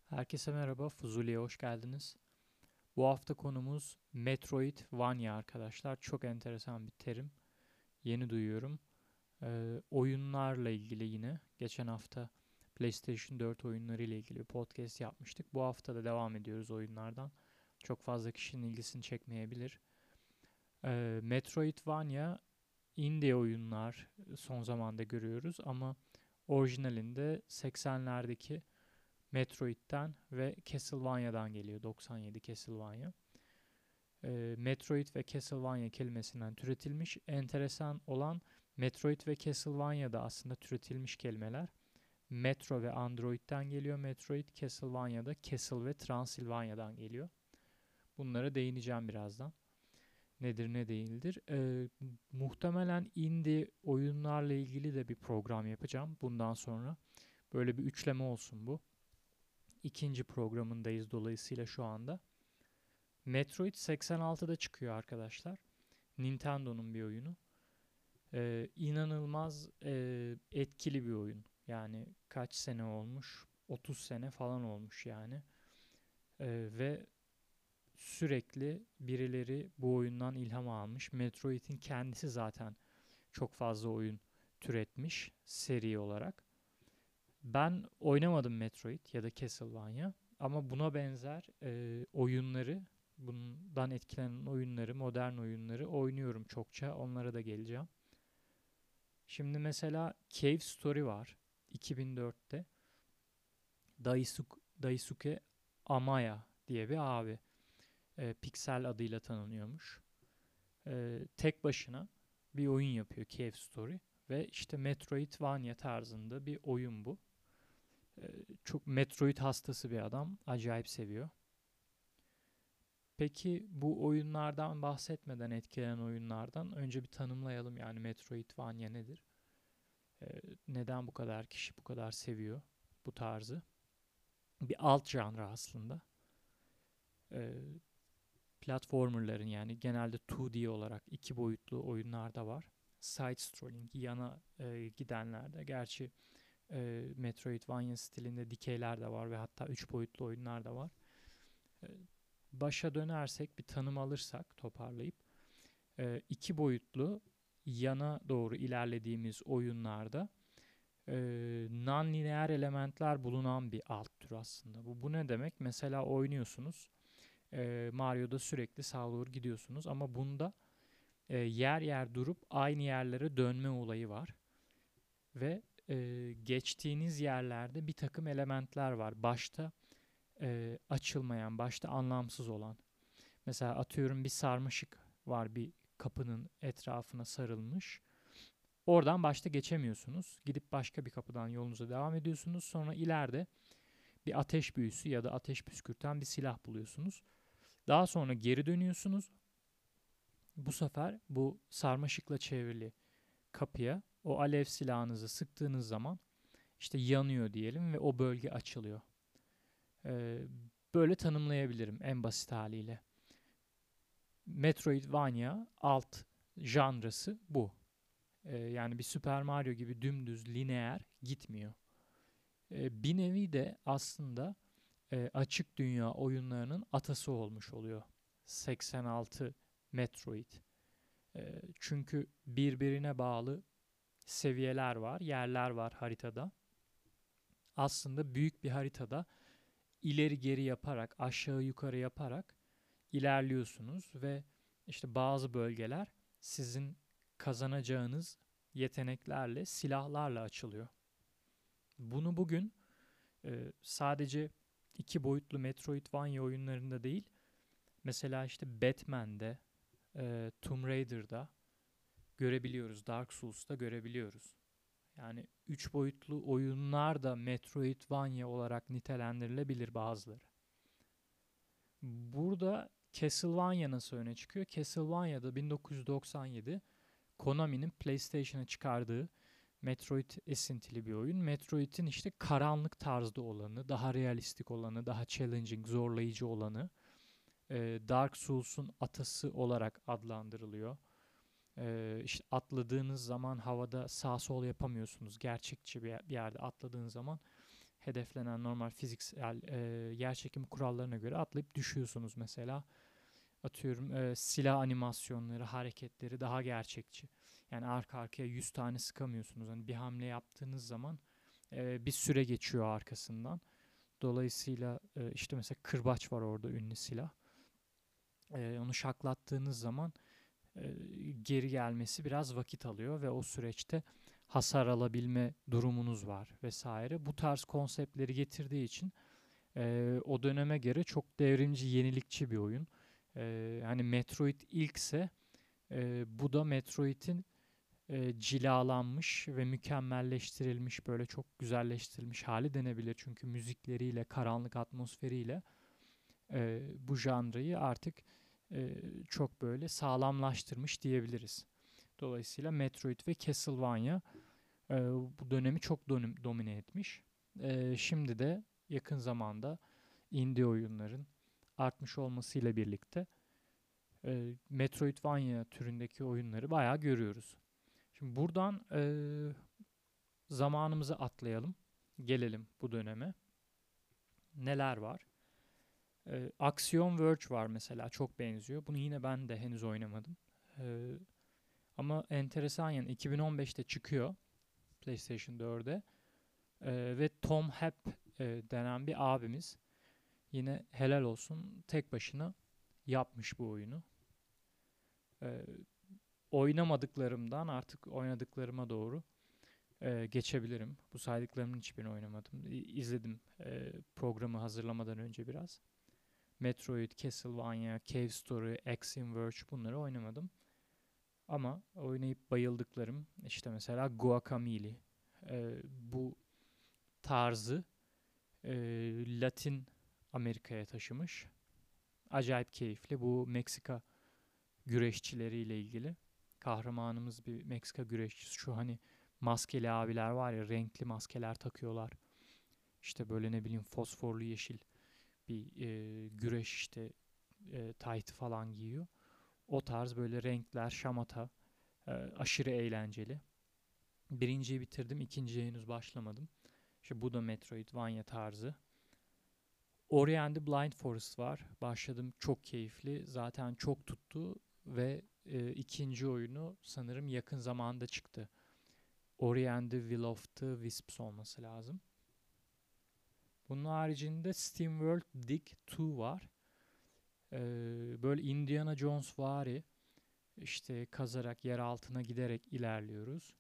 Herkese merhaba, Fuzuli'ye hoş geldiniz. Bu hafta konumuz Metroidvania arkadaşlar. Çok enteresan bir terim. Yeni duyuyorum. Oyunlarla ilgili yine. Geçen hafta PlayStation 4 oyunları ile ilgili bir podcast yapmıştık. Bu hafta da devam ediyoruz oyunlardan. Çok fazla kişinin ilgisini çekmeyebilir. Metroidvania indie oyunlar son zamanda görüyoruz ama orijinalinde 80'lerdeki Metroid'den ve Castlevania'dan geliyor. 97 Castlevania. Metroid ve Castlevania kelimesinden türetilmiş. Enteresan olan Metroid ve Castlevania da aslında türetilmiş kelimeler. Metro ve Android'den geliyor Metroid. Castlevania'da Castle ve Transylvania'dan geliyor. Bunlara değineceğim birazdan. Nedir ne değildir. Muhtemelen indie oyunlarla ilgili de bir program yapacağım bundan sonra. Böyle bir üçleme olsun bu. İkinci programındayız dolayısıyla şu anda. Metroid 86'da çıkıyor arkadaşlar. Nintendo'nun bir oyunu. İnanılmaz etkili bir oyun. Yani kaç sene olmuş? 30 sene falan olmuş yani. Ve sürekli birileri bu oyundan ilham almış. Metroid'in kendisi zaten çok fazla oyun türetmiş seri olarak. Ben oynamadım Metroid ya da Castlevania ama buna benzer oyunları, bundan etkilenen oyunları, modern oyunları oynuyorum çokça. Onlara da geleceğim. Şimdi mesela Cave Story var 2004'te. Daisuke Amaya diye bir abi. Pixel adıyla tanınıyormuş. Tek başına bir oyun yapıyor Cave Story. Ve işte Metroidvania tarzında bir oyun bu. Çok Metroid hastası bir adam. Acayip seviyor. Peki bu oyunlardan bahsetmeden etkilenen oyunlardan önce bir tanımlayalım yani Metroidvania nedir? Neden bu kadar kişi bu kadar seviyor bu tarzı? Bir alt janra aslında. Ee, Platformerların yani genelde 2D olarak iki boyutlu oyunlarda var. Side scrolling yana gidenlerde. Gerçi Metroidvania stilinde dikeyler de var ve hatta 3 boyutlu oyunlar da var. E, Başa dönersek bir tanım alırsak toparlayıp iki boyutlu yana doğru ilerlediğimiz oyunlarda e, non-lineer elementler bulunan bir alt tür aslında. Bu ne demek? Mesela oynuyorsunuz. Mario'da sürekli sağa doğru gidiyorsunuz ama bunda yer yer durup aynı yerlere dönme olayı var. Ve geçtiğiniz yerlerde bir takım elementler var. Başta açılmayan, başta anlamsız olan. Mesela atıyorum bir sarmaşık var bir kapının etrafına sarılmış. Oradan başta geçemiyorsunuz. Gidip başka bir kapıdan yolunuza devam ediyorsunuz. Sonra ileride bir ateş büyüsü ya da ateş püskürten bir silah buluyorsunuz. Daha sonra geri dönüyorsunuz. Bu sefer bu sarmaşıkla çevrili kapıya o alev silahınızı sıktığınız zaman işte yanıyor diyelim ve o bölge açılıyor. Ee, Böyle tanımlayabilirim en basit haliyle. Metroidvania alt janrası bu. Yani bir Super Mario gibi dümdüz lineer gitmiyor. Bir nevi de aslında açık dünya oyunlarının atası olmuş oluyor. 86 Metroid. Çünkü birbirine bağlı seviyeler var, yerler var haritada. Aslında büyük bir haritada ileri geri yaparak, aşağı yukarı yaparak ilerliyorsunuz ve işte bazı bölgeler sizin kazanacağınız yeteneklerle, silahlarla açılıyor. Bunu bugün sadece iki boyutlu Metroidvania oyunlarında değil, mesela işte Batman'de, Tomb Raider'da görebiliyoruz, Dark Souls'ta görebiliyoruz. Yani üç boyutlu oyunlar da Metroidvania olarak nitelendirilebilir bazıları. Burada Castlevania nasıl öne çıkıyor? Castlevania'da 1997 Konami'nin PlayStation'a çıkardığı Metroid esintili bir oyun. Metroid'in işte karanlık tarzda olanı, daha realistik olanı, daha challenging, zorlayıcı olanı, Dark Souls'un atası olarak adlandırılıyor. İşte atladığınız zaman havada sağ sol yapamıyorsunuz. Gerçekçi bir yerde atladığınız zaman hedeflenen normal fiziksel yerçekimi kurallarına göre atlayıp düşüyorsunuz mesela. Atıyorum silah animasyonları, hareketleri daha gerçekçi. Yani arka arkaya 100 tane sıkamıyorsunuz. Hani bir hamle yaptığınız zaman bir süre geçiyor arkasından. Dolayısıyla işte mesela kırbaç var orada, ünlü silah. Onu şaklattığınız zaman geri gelmesi biraz vakit alıyor ve o süreçte hasar alabilme durumunuz var vesaire. Bu tarz konseptleri getirdiği için o döneme göre çok devrimci, yenilikçi bir oyun. Hani Metroid ilkse bu da Metroid'in cilalanmış ve mükemmelleştirilmiş, böyle çok güzelleştirilmiş hali denebilir. Çünkü müzikleriyle, karanlık atmosferiyle bu janrayı artık çok böyle sağlamlaştırmış diyebiliriz. Dolayısıyla Metroid ve Castlevania bu dönemi çok domine etmiş. Şimdi de yakın zamanda indie oyunların artmış olmasıyla birlikte Metroidvania türündeki oyunları bayağı görüyoruz. Şimdi buradan zamanımızı atlayalım. Gelelim bu döneme. Neler var? Axiom Verge var mesela, çok benziyor. Bunu yine ben de henüz oynamadım. Ama enteresan, yani 2015'te çıkıyor PlayStation 4'e. Ve Tom Happ denen bir abimiz, yine helal olsun, tek başına yapmış bu oyunu. Ee, Oynamadıklarımdan artık oynadıklarıma doğru geçebilirim. Bu saydıklarımın hiçbirini oynamadım. İzledim programı hazırlamadan önce biraz. Metroid, Castlevania, Cave Story, Axiom Verge, bunları oynamadım. Ama oynayıp bayıldıklarım işte mesela Guacamelee. Bu tarzı Latin Amerika'ya taşımış. Acayip keyifli. Bu Meksika güreşçileriyle ilgili. Kahramanımız bir Meksika güreşçisi. Şu hani maskeli abiler var ya, renkli maskeler takıyorlar. İşte böyle ne bileyim fosforlu yeşil bir güreş işte taytı falan giyiyor. O tarz böyle renkler, şamata, aşırı eğlenceli. Birinciyi bitirdim, ikinciye henüz başlamadım. İşte bu da Metroidvania tarzı. Ori and the Blind Forest var. Başladım, çok keyifli. Zaten çok tuttu ve ikinci oyunu sanırım yakın zamanda çıktı. Ori and the Will of the Wisps olması lazım. Bunun haricinde SteamWorld Dig 2 var. Böyle Indiana Jones vari, işte kazarak yer altına giderek ilerliyoruz.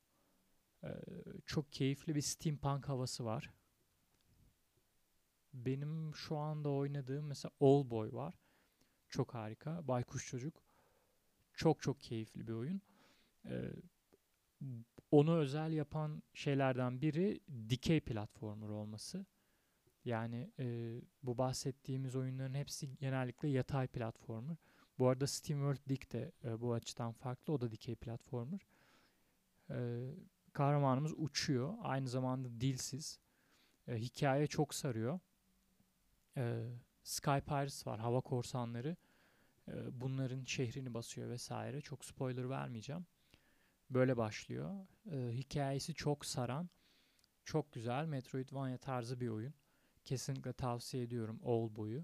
Çok keyifli bir steampunk havası var. Benim şu anda oynadığım mesela Oldboy var. Çok harika. Baykuş Çocuk. Çok çok keyifli bir oyun. Ee, Onu özel yapan şeylerden biri dikey platformer olması. Yani bu bahsettiğimiz oyunların hepsi genellikle yatay platformer. Bu arada SteamWorld Dig de bu açıdan farklı. O da dikey platformer. Kahramanımız uçuyor. Aynı zamanda dilsiz. Hikaye çok sarıyor. Sky Pirates var. Hava korsanları. Bunların şehrini basıyor vesaire. Çok spoiler vermeyeceğim. Böyle başlıyor. Hikayesi çok saran, çok güzel Metroidvania tarzı bir oyun. Kesinlikle tavsiye ediyorum Oldboy'u.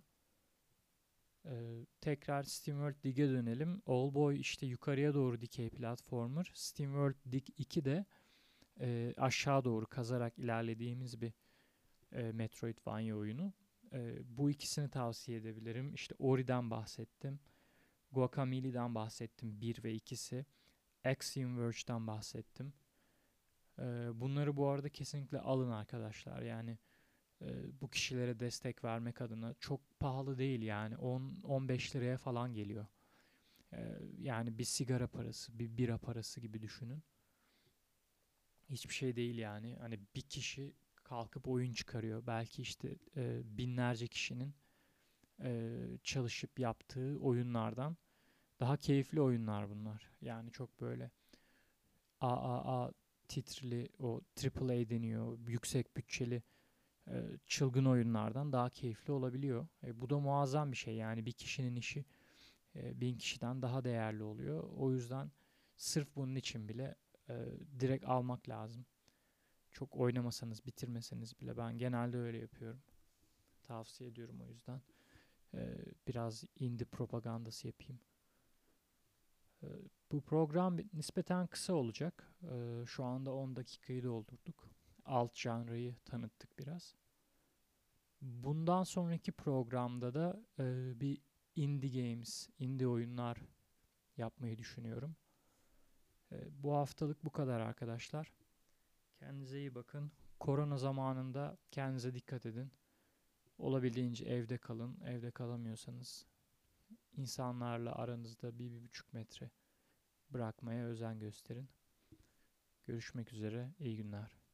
Tekrar SteamWorld Dig'e dönelim. Oldboy işte yukarıya doğru dikey platformer. SteamWorld Dig 2 de aşağı doğru kazarak ilerlediğimiz bir Metroidvania oyunu. Bu ikisini tavsiye edebilirim. İşte Ori'den bahsettim. Guacameelee'den bahsettim, 1 ve 2'si. Axiom Verge'den bahsettim. Bunları bu arada kesinlikle alın arkadaşlar. Yani bu kişilere destek vermek adına çok pahalı değil yani. 10-15 liraya falan geliyor. Yani bir sigara parası, bir bira parası gibi düşünün. Hiçbir şey değil yani. Hani bir kişi kalkıp oyun çıkarıyor. Belki işte binlerce kişinin çalışıp yaptığı oyunlardan daha keyifli oyunlar bunlar. Yani çok böyle AAA titrili, o AAA deniyor, yüksek bütçeli çılgın oyunlardan daha keyifli olabiliyor. Bu da muazzam bir şey. Yani bir kişinin işi 1000 kişiden daha değerli oluyor. O yüzden sırf bunun için bile direkt almak lazım. Çok oynamasanız, bitirmeseniz bile ben genelde öyle yapıyorum. Tavsiye ediyorum o yüzden. Biraz indie propagandası yapayım. Bu program nispeten kısa olacak. Şu anda 10 dakikayı doldurduk. Alt janrayı tanıttık biraz. Bundan sonraki programda da bir indie games, indie oyunlar yapmayı düşünüyorum. Bu haftalık bu kadar arkadaşlar. Kendinize iyi bakın. Korona zamanında kendinize dikkat edin. Olabildiğince evde kalın. Evde kalamıyorsanız insanlarla aranızda 1-1,5 metre bırakmaya özen gösterin. Görüşmek üzere. İyi günler.